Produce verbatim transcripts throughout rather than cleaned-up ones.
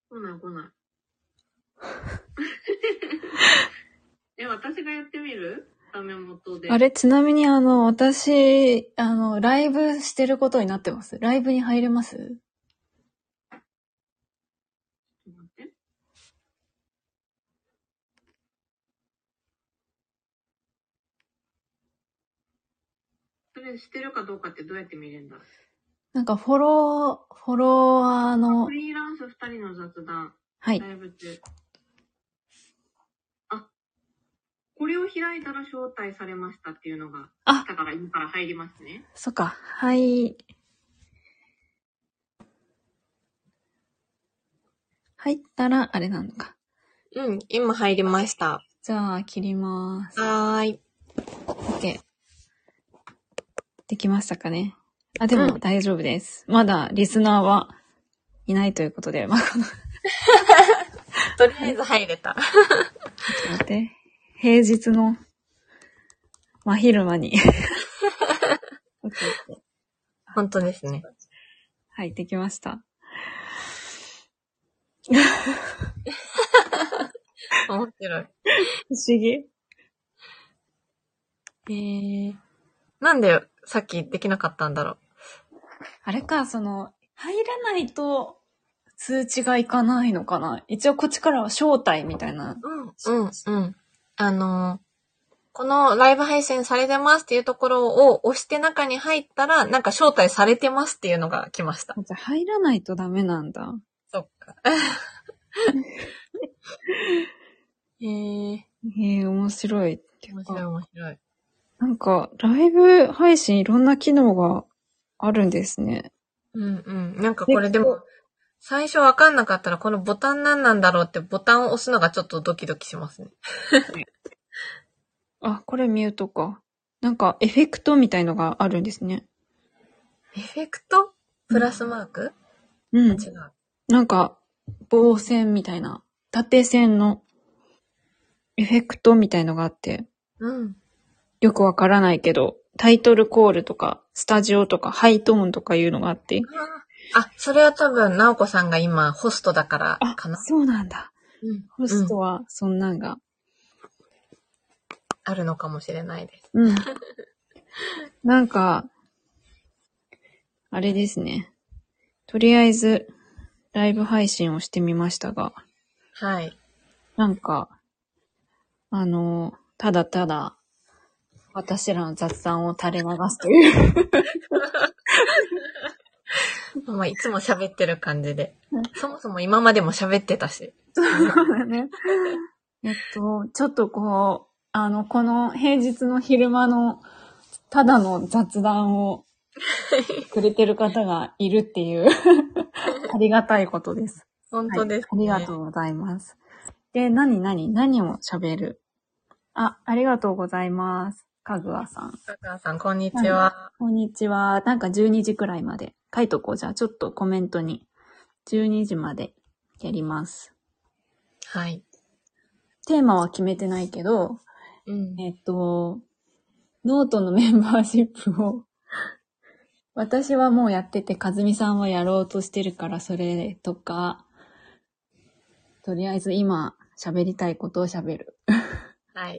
来ない来ない。え、私がやってみる？ダメ元で。 あれ、ちなみにあの、私、あの、ライブしてることになってます。ライブに入れます？ ちょっと待って。それしてるかどうかってどうやって見れるんだろう。 なんかフォロー、フォロワーの。 フリーランスふたりの雑談。 はい。 ライブ中。あ、これを開いたら招待されましたっていうのが、 あ、 だから今から入りますね。 そっか。はい。入ったら、あれなのか。 うん、今入りました。 じゃあ、切ります。 はーい。 OK。できましたかね。あ、でも大丈夫です。うん、まだリスナーはいないということで、まあ、このとりあえず入れた。 ちょっと待って。平日の真昼間に。 本当ですね。 はい、できました。 面白い。 不思議。 えー、なんでさっきできなかったんだろう。 あれか、その、入らないと通知がいかないのかな。一応こっちからは招待みたいな。 うん、うん、うん。あのー、このライブ配信されてますっていうところを押して中に入ったら、なんか招待されてますっていうのが来ました。 じゃあ入らないとダメなんだ。 そっか。へえ。 へえ、面白い。 面白い面白い。 なんか、ライブ配信いろんな機能があるんですね。 うんうん。なんかこれでも、最初わかんなかったらこのボタン何なんだろうってボタンを押すのがちょっとドキドキしますね。 あ、これミュートか。なんかエフェクトみたいのがあるんですね。 エフェクト？プラスマーク？ うん。 違う。 なんか、棒線みたいな、縦線のエフェクトみたいのがあって、 うん。 よくわからないけど、タイトルコールとか、スタジオとか、ハイトーンとかいうのがあって。 あ、それは多分、なおこさんが今、ホストだからかな。 あ、そうなんだ。 うん。 ホストは、そんなんが、 あるのかもしれないです。 うん。なんか、あれですね。とりあえず、ライブ配信をしてみましたが。 はい。 なんか、あの、ただただ、私らの雑談を垂れ流すという。 まあ、いつも喋ってる感じで。そもそも今までも喋ってたし。 そうだね。えっと、ちょっとこう、あの、この平日の昼間のただの雑談をくれてる方がいるっていうありがたいことです。 本当です、ね、 はい。ありがとうございます。で、何何何を喋る？あ、ありがとうございます。かぐわさん。 かぐわさん、こんにちは、はい。 こんにちは。なんかじゅうにじくらいまで書いとこう。じゃあちょっとコメントに。じゅうにじまでやります。 はい。 テーマは決めてないけど、 うん、 えっと、ノートのメンバーシップを私はもうやってて、かずみさんはやろうとしてるから、それとか、とりあえず今喋りたいことを喋る。 はい。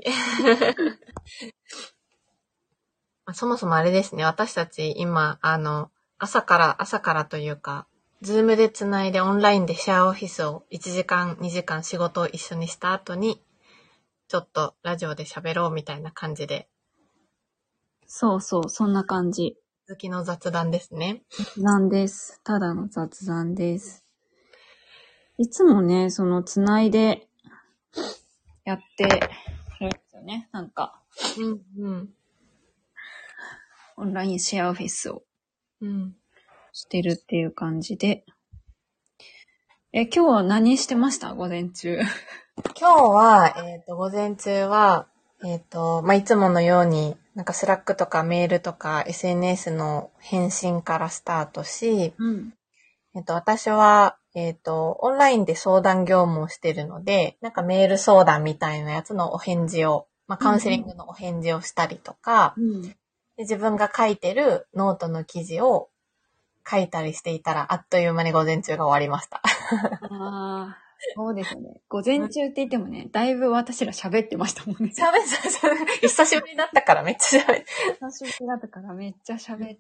そもそもあれですね、私たち今、あの、朝から、朝からというか、ズームでつないでオンラインでシェアオフィスをいちじかん、にじかん仕事を一緒にした後に、ちょっとラジオで喋ろうみたいな感じで。 そうそう、そんな感じ。 続きの雑談ですね。 雑談です。ただの雑談です。いつもね、そのつないでやってるんですよね。なんか。 うんうん。 オンラインシェアオフィスをしてるっていう感じで。え、今日は何してました？午前中。 今日は、えっと、午前中は、えっと、まあ、いつものように、なんかスラックとかメールとか エスエヌエス の返信からスタートし、 うん、 えっと、私は、えっと、オンラインで相談業務をしてるので、なんかメール相談みたいなやつのお返事を、まあ、カウンセリングのお返事をしたりとか、 うん、 で自分が書いてるノートの記事を、 書いたりしていたら、あっという間に午前中が終わりました。 ああ、そうですよね。午前中って言ってもね、だいぶ私ら喋ってましたもんね。 喋った喋った。久しぶりだったからめっちゃ喋って。 久しぶりだったからめっちゃ喋って、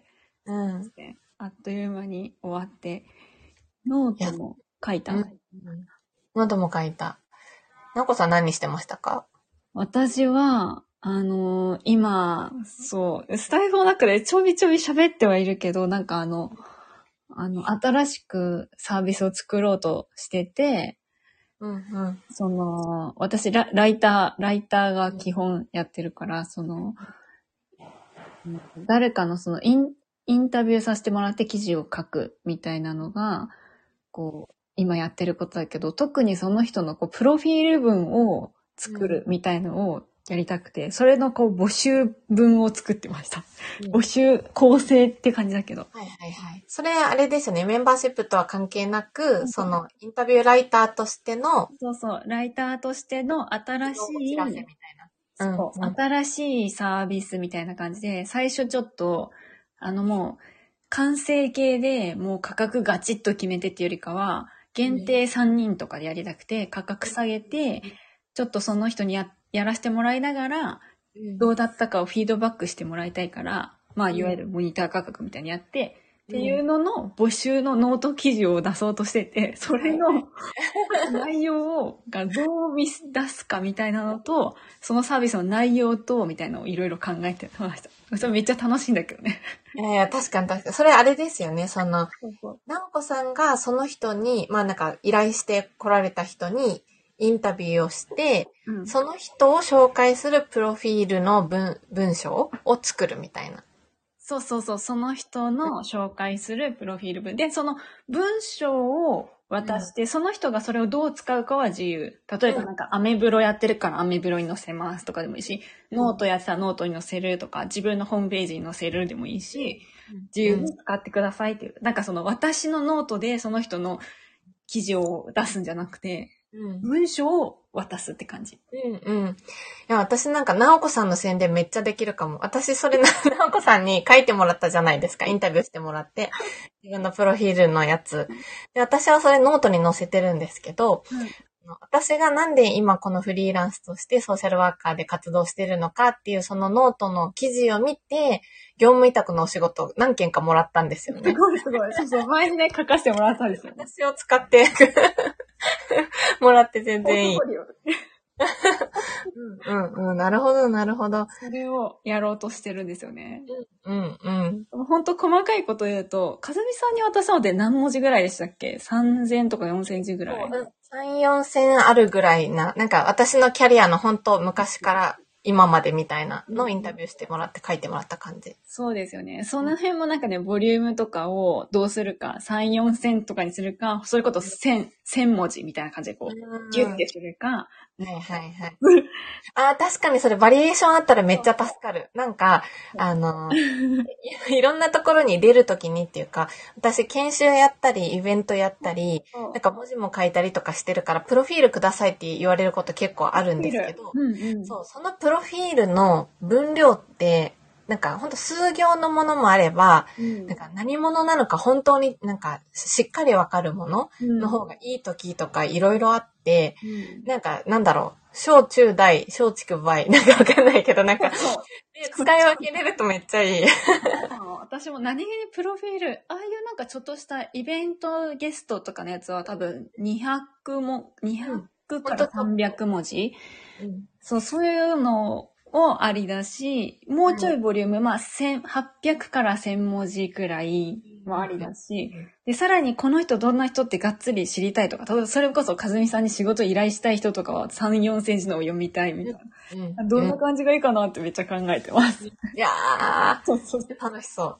うん。 あっという間に終わって、ノートも書いた。 うん、ノートも書いた。なおこさん何してましたか？ 私は、あのー、今、そう、スタイフの中でちょびちょび喋ってはいるけど、なんかあの、あの、新しくサービスを作ろうとしてて、 うんうん、 その、私ラ、ライター、ライターが基本やってるから、その、誰かのそのイン、インタビューさせてもらって記事を書くみたいなのが、こう、今やってることだけど、特にその人のこうプロフィール文を作るみたいのをやりたくて、それのこう募集文を作ってました。うん、募集構成って感じだけど。 はいはいはい。それあれですよね。メンバーシップとは関係なく、そのインタビューライターとしての。 そうそう、ライターとしての新しい、 知らせみたいな。 そう、うん、新しいサービスみたいな感じで、最初ちょっと、あのもう、完成形でもう価格ガチッと決めてっていうよりかは、限定さんにんとかでやりたくて、価格下げて、ちょっとその人に や, やらせてもらいながら、どうだったかをフィードバックしてもらいたいから、まあ、いわゆるモニター価格みたいにやって、っていうのの募集のノート記事を出そうとしてて、それの内容をがどう見出すかみたいなのと、そのサービスの内容と、みたいなのをいろいろ考えてました。それめっちゃ楽しいんだけどね。 いやいや、確かに確かに。それあれですよね。その、なおこさんがその人に、まあなんか依頼して来られた人にインタビューをして、うん、その人を紹介するプロフィールの 文, 文章を作るみたいな。 そうそうそう。その人の紹介するプロフィール文。で、その文章を渡して、うん、その人がそれをどう使うかは自由。例えばなんかアメブロやってるからアメブロに載せますとかでもいいし、うん、ノートやってたらノートに載せるとか、自分のホームページに載せるでもいいし、自由に使ってくださいっていう。なんかその私のノートでその人の記事を出すんじゃなくて、うん、文章を渡すって感じ。 うんうん。いや、私なんか、なおこさんの宣伝めっちゃできるかも。私、それな、なおこさんに書いてもらったじゃないですか。インタビューしてもらって。自分のプロフィールのやつ。で、私はそれノートに載せてるんですけど、うん、私がなんで今このフリーランスとしてソーシャルワーカーで活動してるのかっていうそのノートの記事を見て、業務委託のお仕事何件かもらったんですよね。 すごいすごい。そうそう、前にね、書かせてもらったんですよ、ね。 私を使ってもらって全然いい。うんうんうん、なるほどなるほど。 それをやろうとしてるんですよね。 うんうんうん。 ほんと細かいこと言うと、かずみさんに渡したのって何文字ぐらいでしたっけ？ さんぜん とかよんせん字ぐらい。 さん、よんせんあるぐらいな、なんか私のキャリアの本当昔から今までみたいなのをインタビューしてもらって書いてもらった感じ。 そうですよね。その辺もなんかね、ボリュームとかをどうするか、さん、よんせんとかにするか、それこそせん、せん文字みたいな感じでこう、ギュッてするか。 はいはいはい。ああ、確かにそれバリエーションあったらめっちゃ助かる。なんか、あの、いろんなところに出るときにっていうか、私研修やったり、イベントやったり、なんか文字も書いたりとかしてるから、プロフィールくださいって言われること結構あるんですけど、うんうん、そう、そのプロフィールの分量って、なんか本当数行のものもあれば、うん、なんか何者なのか本当になんかしっかりわかるものの方がいい時とかいろいろあって、うん、なんかなんだろう、小中大、小畜梅、なんかわかんないけどなんか、使い分けれるとめっちゃいい。 私も何気にプロフィール、ああいうなんかちょっとしたイベントゲストとかのやつは多分にひゃくも、にひゃくからさんびゃく文字、うん、そう、そういうのをありだし、もうちょいボリューム、うん、まあ、はっぴゃくからせん文字くらいもありだし、うん、で、さらにこの人どんな人ってがっつり知りたいとか、例えばそれこそかずみさんに仕事依頼したい人とかはさん、よんセンチのを読みたいみたいな。うん、どんな感じがいいかなってめっちゃ考えてます。いやー、そうそう楽しそう。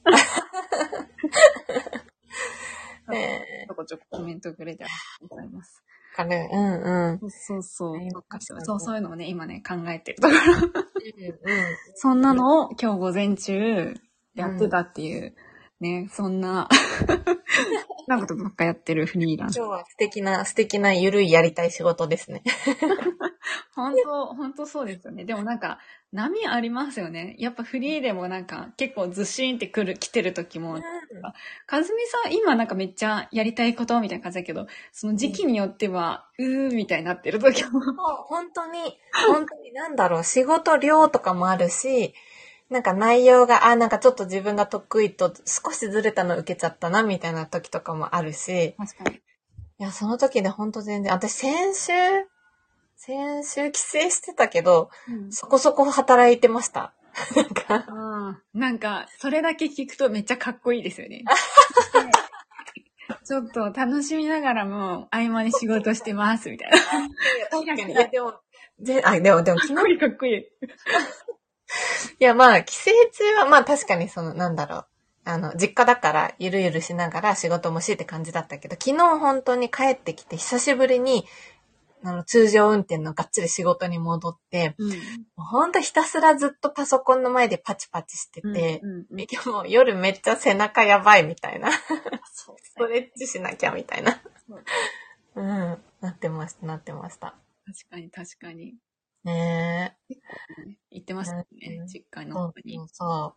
えー、ちょこちょこコメントくれてありがとうございます。 かね、うんうん。 そうそう。そう、そういうのをね、今ね、考えてるところ。うんうん、そんなのを今日午前中やってたっていうね、そんな、そんなことばっかやってるフリーランス。 今日は素敵な、素敵なゆるいやりたい仕事ですね。 本当、本当そうですよね。でもなんか、波ありますよね。やっぱフリーでもなんか、結構ずしーんってくる、来てる時も、かずみさん今なんかめっちゃやりたいことみたいな感じだけど、その時期によっては、うーみたいになってる時も。 そう、本当に、本当になんだろう、仕事量とかもあるし、なんか内容が、あ、なんかちょっと自分が得意と少しずれたの受けちゃったな、みたいな時とかもあるし、 確かに。 いや、その時で本当全然、私先週、先週帰省してたけど、 うん、 そこそこ働いてました。なんか、 あーなんか、それだけ聞くとめっちゃかっこいいですよね。ちょっと楽しみながらも合間に仕事してますみたいな。 確かに。いや、でも、ぜあ、でも、でも、 かっこいいかっこいい。 いや、まあ、帰省中は、まあ確かにその、なんだろう。あの、実家だから、ゆるゆるしながら仕事もしって感じだったけど、昨日本当に帰ってきて、久しぶりに、あの、通常運転のがっつり仕事に戻って、 うん、 もう本当ひたすらずっとパソコンの前でパチパチしてて、 うんうんうん、 でも夜めっちゃ背中やばいみたいな。 そうストレッチしなきゃみたいな。 そううん。なってました、なってました。 確かに確かに。 ね結構ね、行ってましたね、 うん、 実家のそう方に。 そうそう。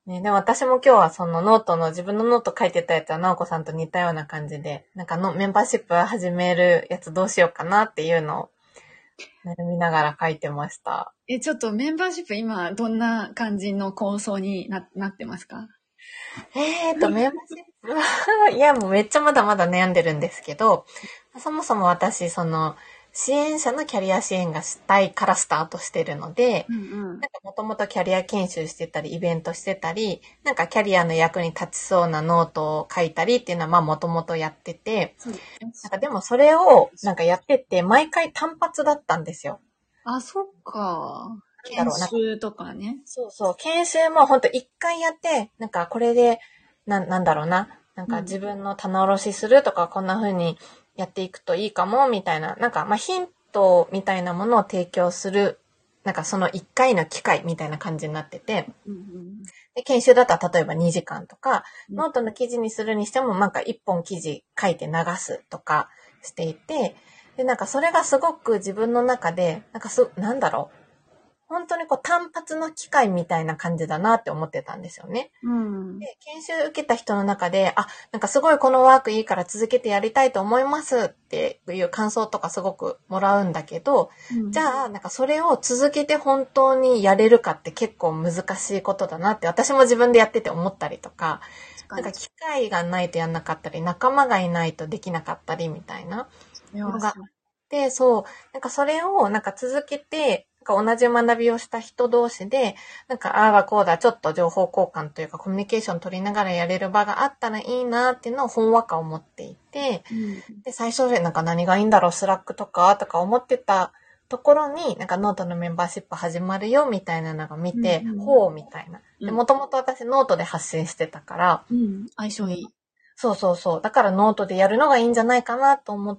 ね、でも私も今日はそのノートの、自分のノート書いてたやつは、なおこさんと似たような感じで、なんかのメンバーシップ始めるやつどうしようかなっていうのを悩みながら書いてました。 え、ちょっとメンバーシップ今どんな感じの構想に な, なってますか？ えーと、メンバーシップは、いやもうめっちゃまだまだ悩んでるんですけど、そもそも私、その、支援者のキャリア支援がしたいからスタートしてるので、 うんうん。 なんかもともとキャリア研修してたり、イベントしてたり、なんかキャリアの役に立ちそうなノートを書いたりっていうのはまあもともとやってて、 そうなんかでもそれをなんかやってって毎回単発だったんですよ。 あ、そっか。 なんだろう、 研修とかね。 そうそう、研修もほんと一回やって、なんかこれで、な、なんだろうな、なんか自分の棚卸しするとか、こんな風にやっていくといいかも、みたいな、なんかまあヒントみたいなものを提供する、なんかその一回の機会みたいな感じになってて、 うんうんで研修だったら例えばにじかんとか、 うんノートの記事にするにしてもなんかいっぽん記事書いて流すとかしていて、で、なんかそれがすごく自分の中で、なんかす、なんだろう、本当にこう単発の機会みたいな感じだなって思ってたんですよね。 うんで、研修受けた人の中で、あ、なんかすごいこのワークいいから続けてやりたいと思いますっていう感想とかすごくもらうんだけど、 うん、 じゃあなんかそれを続けて本当にやれるかって結構難しいことだなって私も自分でやってて思ったりとか、なんか機会がないとやんなかったり、仲間がいないとできなかったりみたいなのがあって、そう、なんかそれをなんか続けて、なんか同じ学びをした人同士で、なんかああだこうだちょっと情報交換というかコミュニケーション取りながらやれる場があったらいいなっていうのをほんわか思っていて、 うん、 で、最初でなんか何がいいんだろう、スラックとかとか思ってたところに、なんかノートのメンバーシップ始まるよみたいなのが見て、 うんうん、 ほうみたいな。で、 うんもともと私ノートで発信してたから、 うん、相性いい。 そうそうそう。だからノートでやるのがいいんじゃないかなと思って、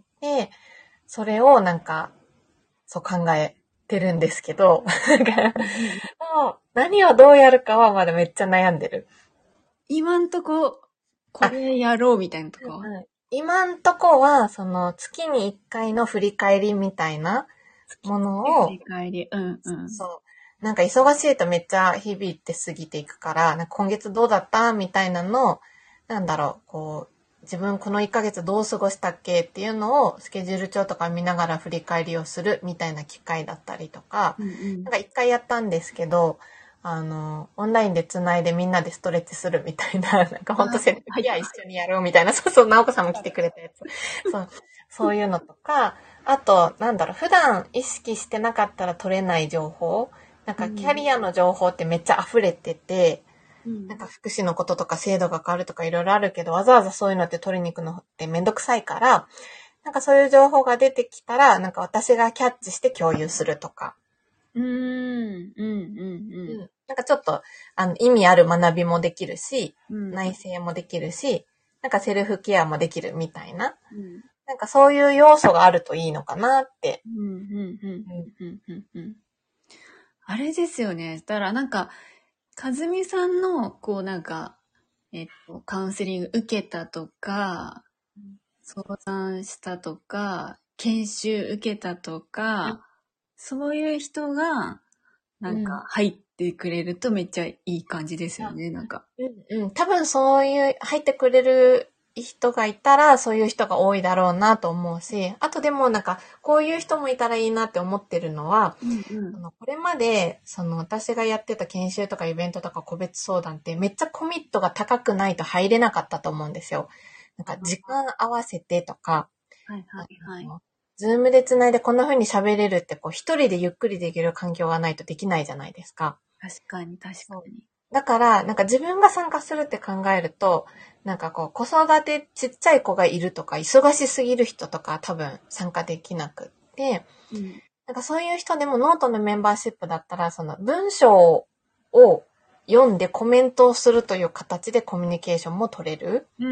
それをなんか、そう考えてるんですけど、なんかもう何をどうやるかはまだめっちゃ悩んでる。 今んとこ、これやろうみたいなとこ、 うん、今んとこは、その月にいっかいの振り返りみたいなものを、 振り返り、うんうん。 そう。なんか忙しいとめっちゃ日々って過ぎていくから、なんか今月どうだったみたいなのを、なんだろう、こう、自分このいっかげつどう過ごしたっけっていうのをスケジュール帳とか見ながら振り返りをするみたいな機会だったりとか、 うんうん、 なんかいっかいやったんですけど、あの、オンラインでつないでみんなでストレッチするみたいな、なんかほんとセルフケア一緒にやろうみたいな、そうそう、直子さんも来てくれたやつ。そう、そういうのとか、あと、なんだろう、普段意識してなかったら取れない情報、なんかキャリアの情報ってめっちゃ溢れてて、うん、なんか福祉のこととか制度が変わるとかいろいろあるけど、わざわざそういうのって取りに行くのってめんどくさいから、なんかそういう情報が出てきたら、なんか私がキャッチして共有するとか。 うーん、うん、うん、うん。 なんかちょっと、あの、意味ある学びもできるし、 うん、 内省もできるし、なんかセルフケアもできるみたいな。 うん、 なんかそういう要素があるといいのかなって。 うん、うん、うん、うん、うん。あれですよね。だからなんか、かずみさんの、こうなんか、 えっと、カウンセリング受けたとか、相談したとか、研修受けたとか、うん、そういう人が、なんか入ってくれるとめっちゃいい感じですよね、うん、なんか。 うんうん。多分そういう入ってくれる人がいたらそういう人が多いだろうなと思うし、あとでもなんかこういう人もいたらいいなって思ってるのは、うんうん、そのこれまでその私がやってた研修とかイベントとか個別相談ってめっちゃコミットが高くないと入れなかったと思うんですよ。なんか時間合わせてとか、 はいはいはい。 ズームでつないでこんな風に喋れるってこう一人でゆっくりできる環境がないとできないじゃないですか。 確かに確かに。 だから、なんか自分が参加するって考えると、なんかこう子育てちっちゃい子がいるとか、忙しすぎる人とか多分参加できなくって、うん、なんかそういう人でもノートのメンバーシップだったら、その文章を読んでコメントをするという形でコミュニケーションも取れる。 うん。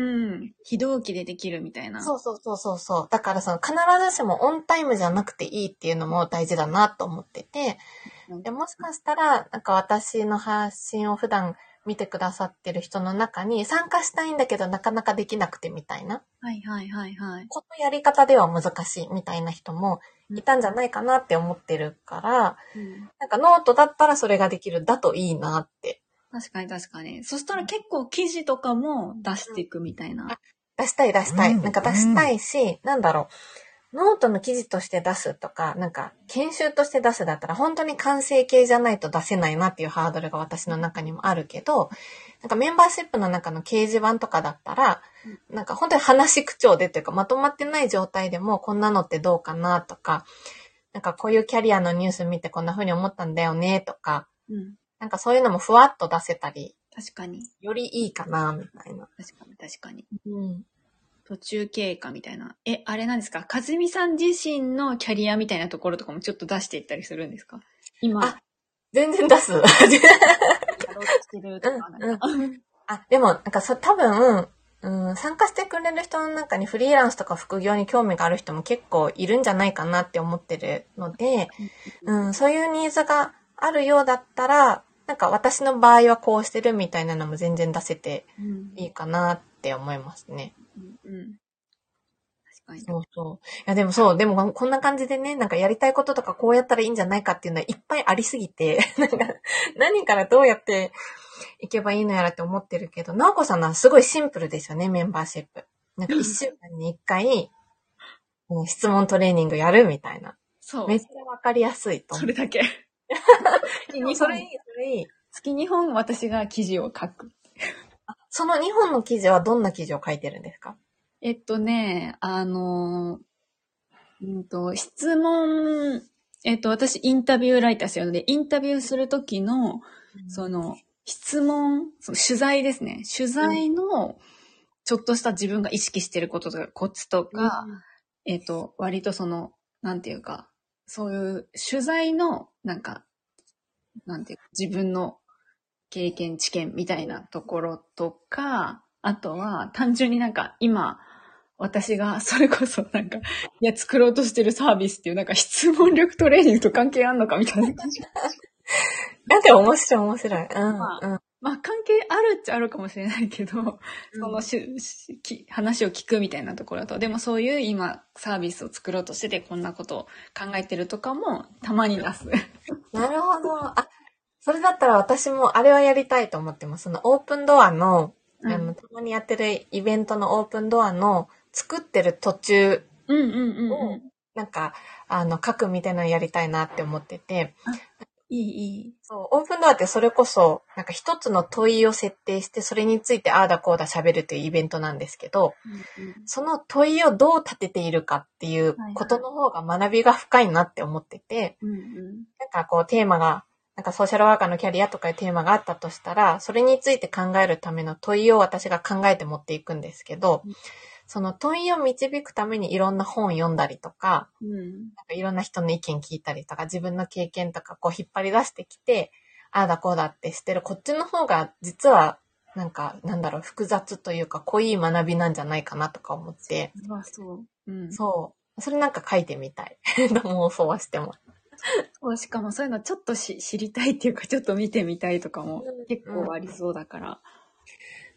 非同期でできるみたいな。 そうそうそうそうそう。だからその必ずしもオンタイムじゃなくていいっていうのも大事だなと思ってて、でもしかしたら、なんか私の発信を普段見てくださってる人の中に参加したいんだけどなかなかできなくてみたいな。 はいはいはいはい。 このやり方では難しいみたいな人もいたんじゃないかなって思ってるから、うん、なんかノートだったらそれができるだといいなって。 確かに確かに。そしたら結構記事とかも出していくみたいな。うん、 出したい出したい。なんか出したいし、うん、なんだろう。ノートの記事として出すとか、なんか研修として出すだったら本当に完成形じゃないと出せないなっていうハードルが私の中にもあるけど、なんかメンバーシップの中の掲示板とかだったら、なんか本当に話口調でというかまとまってない状態でもこんなのってどうかなとか、なんかこういうキャリアのニュース見てこんな風に思ったんだよねとか、うん、なんかそういうのもふわっと出せたり、 確かに。 よりいいかなみたいな。 確かに確かに。うん途中経過みたいな。え、あれなんですか？かずみさん自身のキャリアみたいなところとかもちょっと出していったりするんですか？今。 あ、全然出す。やろうとしてるとかなんか、うんうん。 あ、でも、なんかそ、多分、うん、参加してくれる人の中にフリーランスとか副業に興味がある人も結構いるんじゃないかなって思ってるので、うん、そういうニーズがあるようだったら、なんか私の場合はこうしてるみたいなのも全然出せていいかなって思いますね。うんうん確かに。そうそう。いやでもそう、でもこんな感じでね、なんかやりたいこととかこうやったらいいんじゃないかっていうのはいっぱいありすぎて、なんか何からどうやっていけばいいのやらって思ってるけど、なおこさんのはすごいシンプルですよね、メンバーシップ。なんかいっしゅうかんにいっかい、もう質問トレーニングやるみたいな。そう。めっちゃわかりやすいと思う。 それだけ。 それいい、それいい。 月にほん私が記事を書く。 そのにほんの記事はどんな記事を書いてるんですか？ えっとね、あの、うんと、質問、えっと、私インタビューライターしてるので、インタビューするときの、うん、その、質問、その取材ですね。取材の、ちょっとした自分が意識してることとか、コツとか、うん、えっと、割とその、なんていうか、そういう取材の、なんか、なんていうか、自分の経験、知見みたいなところとか、あとは単純になんか今、私がそれこそなんか、いや作ろうとしてるサービスっていうなんか質問力トレーニングと関係あんのかみたいな感じ。 なんか面白い面白い。うん、 まあ、うん。まあ関係あるっちゃあるかもしれないけど、うん、そのしし話を聞くみたいなところだと、でもそういう今サービスを作ろうとしててこんなことを考えてるとかもたまに出す。 なるほど。あ、それだったら私もあれはやりたいと思ってます。そのオープンドアの、うん、あのたまにやってるイベントのオープンドアの作ってる途中をなんかあの書くみたいなのやりたいなって思ってて。 いいいい。 そう、オープンドアってそれこそなんか一つの問いを設定してそれについてああだこうだ喋るというイベントなんですけど、うんうん、その問いをどう立てているかっていうことの方が学びが深いなって思ってて、はいはい、なんかこうテーマがなんかソーシャルワーカーのキャリアとかいうテーマがあったとしたら、それについて考えるための問いを私が考えて持っていくんですけど、うん、その問いを導くためにいろんな本読んだりとか、うん、なんかいろんな人の意見聞いたりとか、自分の経験とかこう引っ張り出してきて、ああだこうだってしてる、こっちの方が実はなんかなんだろう、複雑というか濃い学びなんじゃないかなとか思って。 あ、そう。うん、 そう。それなんか書いてみたい。妄想はしてます。 そう、しかもそういうのちょっとし知りたいっていうか、ちょっと見てみたいとかも結構ありそうだから。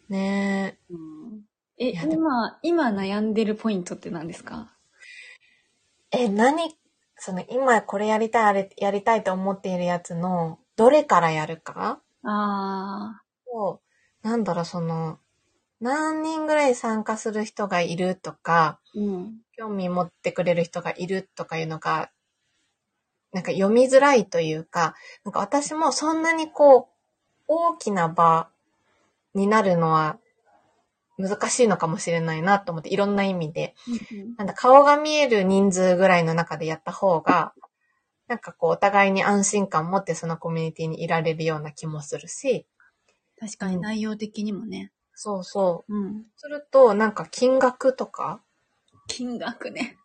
ねうん、え、 いやでも今、今悩んでるポイントって何ですか？ え。え、何、その今これやりたい、あれやりたいと思っているやつの、どれからやるかああ、 を、なんだろう、その、何人ぐらい参加する人がいるとか、 うん。 興味持ってくれる人がいるとかいうのが、なんか読みづらいというか、なんか私もそんなにこう、大きな場になるのは難しいのかもしれないなと思って、いろんな意味で。 うんうん、 なんだ、顔が見える人数ぐらいの中でやった方が、なんかこう、お互いに安心感を持ってそのコミュニティにいられるような気もするし、 確かに内容的にもね。 そうそう。 うん。 すると、なんか金額とか、 金額ね。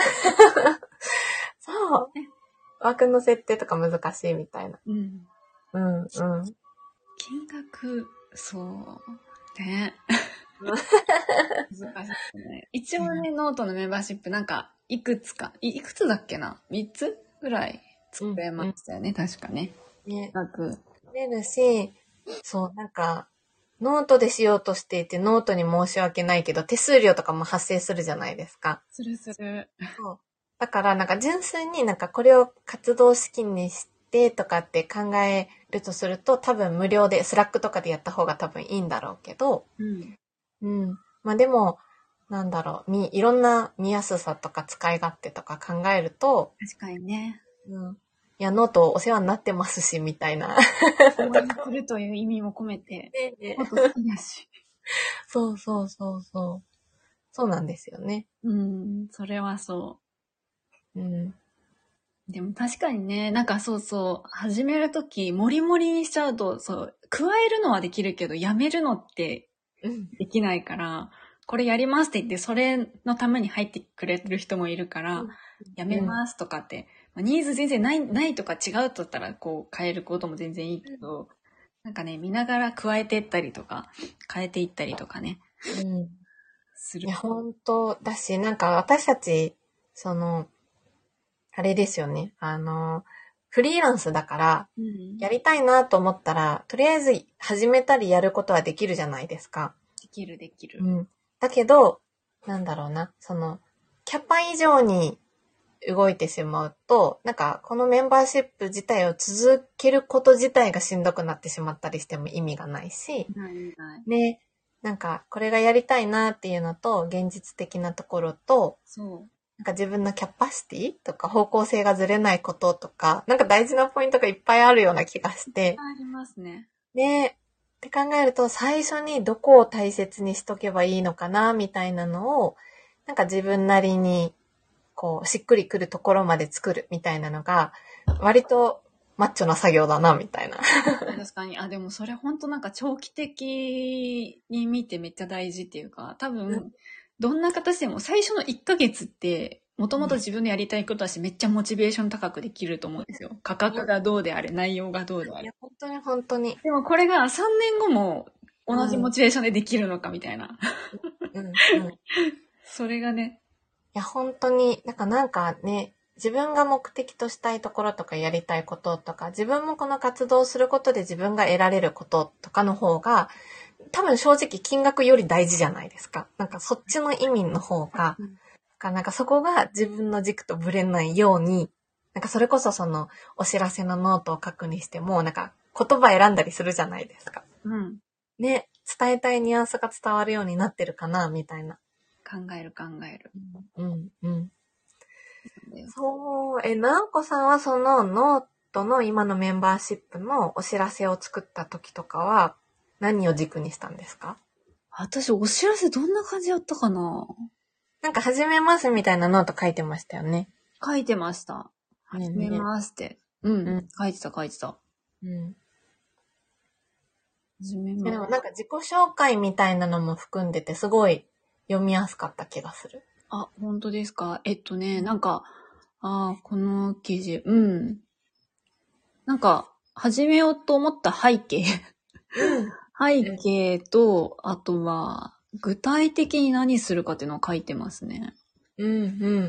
そう。枠の設定とか難しいみたいな。 うん。 うん、うん。 金額、そう。ね。難しいね。一応ね、ノートのメンバーシップなんか、いくつか、いいくつだっけな ?みっ つぐらい作れましたよね、うん、確かね。 ね。 額。 出るし、そう、なんか、ノートでしようとしていて、ノートに申し訳ないけど、手数料とかも発生するじゃないですか。 するする。 そう。だから、なんか純粋になんかこれを活動資金にしてとかって考えるとすると、多分無料で、スラックとかでやった方が多分いいんだろうけど、 うん。 うん。まあでも、なんだろう、み、いろんな見やすさとか使い勝手とか考えると、 確かにね。 うん。いや、ノートお世話になってますし、みたいな。 応援するという意味も込めて。 ねえねもっと好きだし。 そうそうそうそう。そうなんですよね。 うん、それはそう。うん。 でも確かにね、なんかそうそう、始めるとき、もりもりにしちゃうと、そう、加えるのはできるけど、やめるのってできないから、うん、これやりますって言って、それのために入ってくれる人もいるから、うん、やめますとかって、まあ、ニーズ全然ない、ないとか違うとったら、こう、変えることも全然いいけど、うん、なんかね、見ながら加えていったりとか、変えていったりとかね。 うん。 する。 いや、本当だし、なんか私たち、その、あれですよね。あの、フリーランスだから、うん、やりたいなと思ったら、とりあえず始めたりやることはできるじゃないですか。 できるできる。 うん。だけど、なんだろうな、その、キャパ以上に動いてしまうと、なんか、このメンバーシップ自体を続けること自体がしんどくなってしまったりしても意味がないし、 ないない。 ね、なんか、これがやりたいなっていうのと、現実的なところと、 そう。 なんか自分のキャパシティとか方向性がずれないこととか、なんか大事なポイントがいっぱいあるような気がして。 ありますね。 ね、って考えると、最初にどこを大切にしとけばいいのかな、みたいなのを、なんか自分なりに、こう、しっくりくるところまで作るみたいなのが、割とマッチョな作業だな、みたいな。 確かに。あ、でもそれ本当なんか長期的に見てめっちゃ大事っていうか、多分、うん、どんな形でも最初のいっかげつって、もともと自分のやりたいことだし、めっちゃモチベーション高くできると思うんですよ。価格がどうであれ、内容がどうであれ。いや、 本当に本当に。 でもこれがさんねんごも同じモチベーションでできるのかみたいな。 うん。うん。 それがね。 いや、本当に、なんかなんかね、自分が目的としたいところとかやりたいこととか、自分もこの活動をすることで自分が得られることとかの方が、多分正直金額より大事じゃないですか。なんかそっちの意味の方が、なんかそこが自分の軸とぶれないように、なんかそれこそそのお知らせのノートを書くにしても、なんか言葉選んだりするじゃないですか。 うん。 ね、伝えたいニュアンスが伝わるようになってるかな、みたいな。 考える考える。 うん、うん。そう、え、なおこさんはそのノートの今のメンバーシップのお知らせを作った時とかは何を軸にしたんですか？ 私、お知らせどんな感じやったかな？ なんか始めますみたいなノート書いてましたよね。 書いてました。始めますって。うん、うん。書いてた書いてた。うん。 始めます。でもなんか自己紹介みたいなのも含んでてすごい読みやすかった気がする。 あ、本当ですか。えっとね、なんか、あこの記事、うん。なんか、始めようと思った背景。うん、背景と、あとは、具体的に何するかっていうのを書いてますね。 うんうん。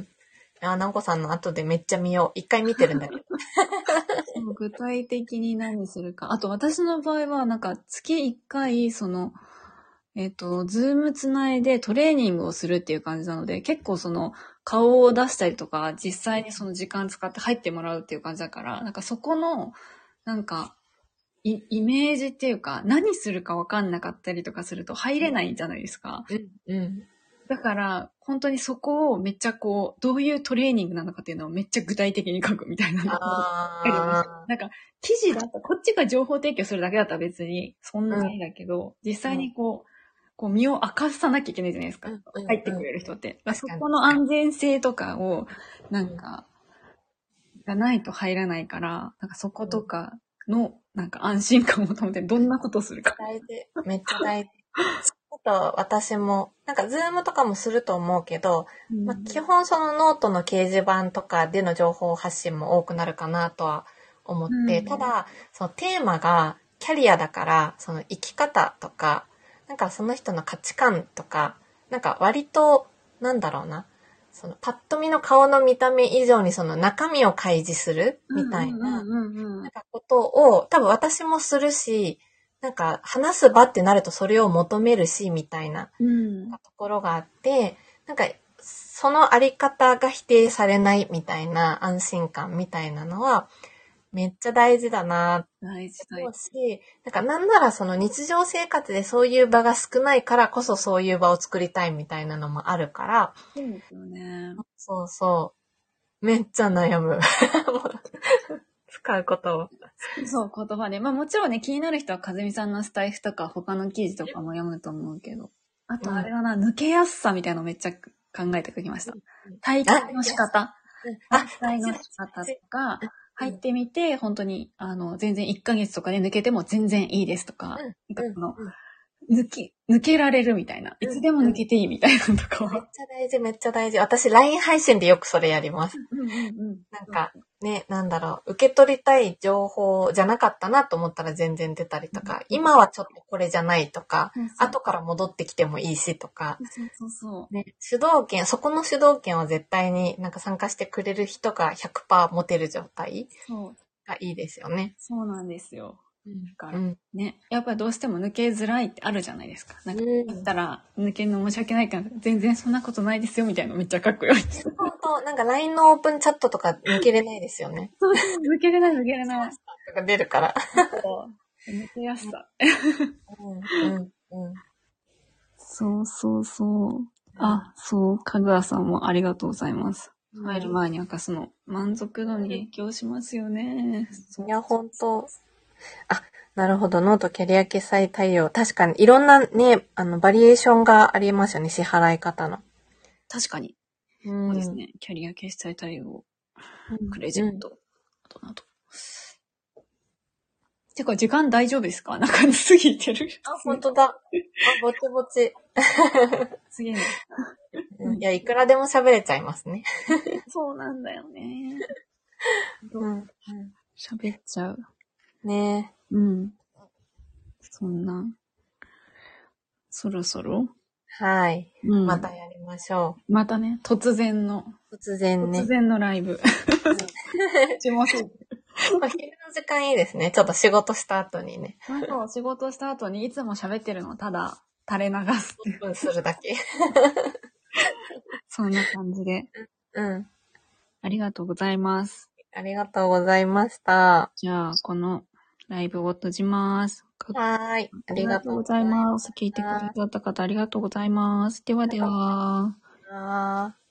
あ、なおこさんの後でめっちゃ見よう。一回見てるんだけど。 具体的に何するか。あと私の場合は、なんか月いっかい、その、 えっと、ズームつないでトレーニングをするっていう感じなので、結構その顔を出したりとか、実際にその時間使って入ってもらうっていう感じだから、なんかそこの、なんか、イ, イメージっていうか、何するか分かんなかったりとかすると入れないじゃないですか。 うんうん、 だから、本当にそこをめっちゃこう、どういうトレーニングなのかっていうのをめっちゃ具体的に書くみたいなのがありました。なんか、記事だと、こっちが情報提供するだけだったら別にそんなにだけど、うん、実際にこう、こう身を明かさなきゃいけないじゃないですか。うんうんうん、入ってくれる人って。そこの安全性とかを、なんか、がないと入らないから、なんかそことかの、なんか安心感を求めてどんなことをするか。 大事。めっちゃ大事。あと私も、なんかズームとかもすると思うけど、うんまあ、基本そのノートの掲示板とかでの情報発信も多くなるかなとは思って、うん、ただ、そのテーマがキャリアだから、その生き方とか、なんかその人の価値観とか、なんか割と、なんだろうな、そのパッと見の顔の見た目以上にその中身を開示するみたいな、なんかことを多分私もするし、なんか話す場ってなるとそれを求めるしみたいなところがあって、うん、なんかそのあり方が否定されないみたいな安心感みたいなのはめっちゃ大事だなって思うし、なんかなんならその日常生活でそういう場が少ないからこそそういう場を作りたいみたいなのもあるから、 そうですよね。 そうそう。めっちゃ悩む。使うことを。 そう、言葉で。まあもちろんね、気になる人はかずみさんのスタイフとか他の記事とかも読むと思うけど。あとあれだな、うん、抜けやすさみたいなのめっちゃ考えて書きました。体験の仕方。体験の仕方とか、入ってみて、本当に、あの、全然いっかげつとかで抜けても全然いいですとか、うん、なんかこの、抜け、抜けられるみたいな。いつでも抜けていいみたいなのとかは。 めっちゃ大事、めっちゃ大事。私、ライン 配信でよくそれやります。うんうんうん、なんか、ね、なんだろう、受け取りたい情報じゃなかったなと思ったら全然出たりとか、うん、今はちょっとこれじゃないとか、うん、後から戻ってきてもいいしとか、 そうそうそう、 ね、主導権、そこの主導権は絶対になんか参加してくれる人が ひゃくパーセント 持てる状態がいいですよね。 そうなんですよ。だから、うん、ね、やっぱりどうしても抜けづらいってあるじゃないですか。なんか、言ったら抜けるの申し訳ないから、全然そんなことないですよみたいなのめっちゃかっこよい。 本当、なんか ライン のオープンチャットとか抜けれないですよね。 そうそう、抜けれない抜けれない。 とか出るから。 抜けやすさ。 うんうんうん、 そうそうそう。あ、そう、かぐわさんもありがとうございます。入る前に明かすの満足度に影響しますよね。 いや、本当。あ、なるほど。ノートキャリア決済対応。確かに、いろんなね、あの、バリエーションがありますよね。支払い方の。 確かに。 うん、 そうですね。キャリア決済対応。クレジット。あとなど。てか、時間大丈夫ですか？なんか過ぎてる。 あ、本当だ。あ、ぼちぼち。 すげえ。 いや、いくらでも喋れちゃいますね。 そうなんだよね。うん。喋っちゃう。 ねえ。うん。そんな。そろそろはい、うん。またやりましょう。またね、突然の。 突然ね。 突然のライブ。注目。 お昼の時間いいですね。ちょっと仕事した後にね。 そう、仕事した後にいつも喋ってるのをただ垂れ流す。 うん、するだけ。 そんな感じで。 うん。 ありがとうございます。 ありがとうございました。 じゃあ、このライブを閉じます。 はーい。 ありがとうございます。聞いてくださった方ありがとうございます。ではでは。 あー。